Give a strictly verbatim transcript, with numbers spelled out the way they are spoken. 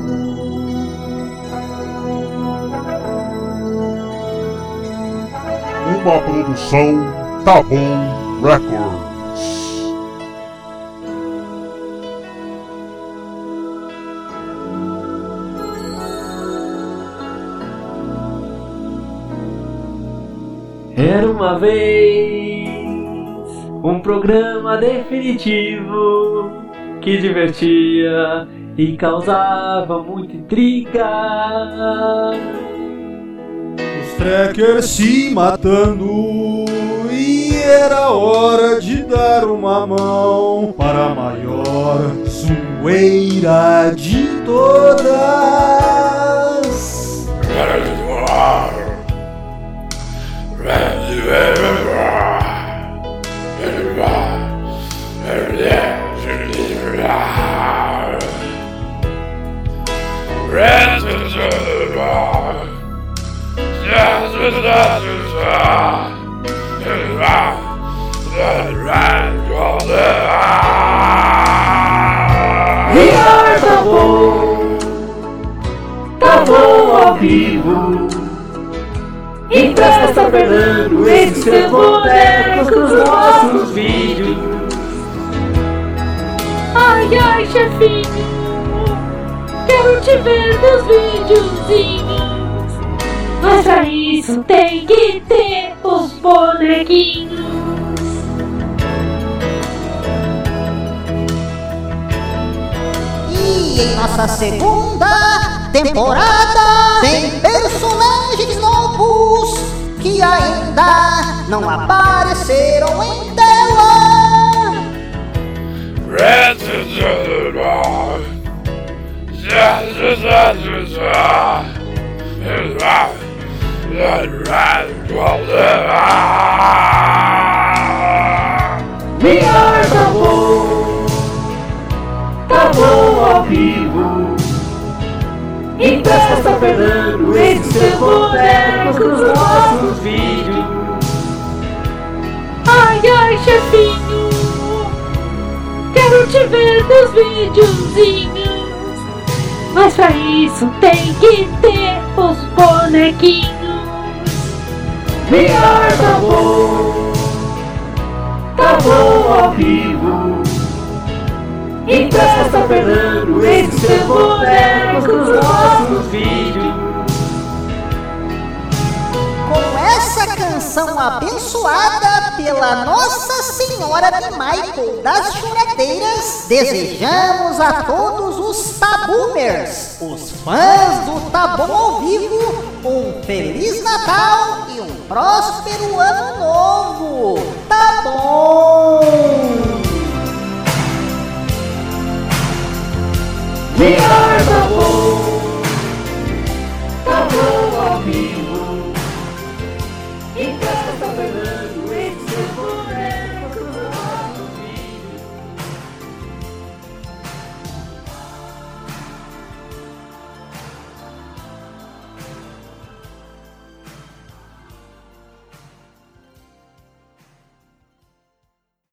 Uma produção Tá Bom Records. Era uma vez um programa definitivo que divertia e causava muita intriga. Os trackers se matando e era hora de dar uma mão para a maior zoeira de todas. We are Tá Bom, Tá Bom ao vivo. Em festa Fernando, esses seus bonecos com os nossos vídeos. Ai, ai, chefinho, quero te ver nos videozinhos. Mas pra isso tem que ter os bonequinhos. E em nossa segunda temporada tem personagens novos que ainda não apareceram em tela. We are Tá Bom, Tá Bom ao vivo. Em festa Fernando, esses seus bonecos com os nossos vídeos. Ai, ai, chefinho, quero te ver nos videozinhos. Mas pra isso tem que ter os bonequinhos. We are Tá Bom, Tá Bom ao vivo. Em festa Fernando, esses seus bonecos com os nossos vídeos. Com essa canção abençoada pela Nossa Senhora de Michael das Choradeiras, desejamos a todos os Tabumers, os fãs do Tá Bom ao vivo, um Feliz Natal e um próspero Ano Novo. Tá bom?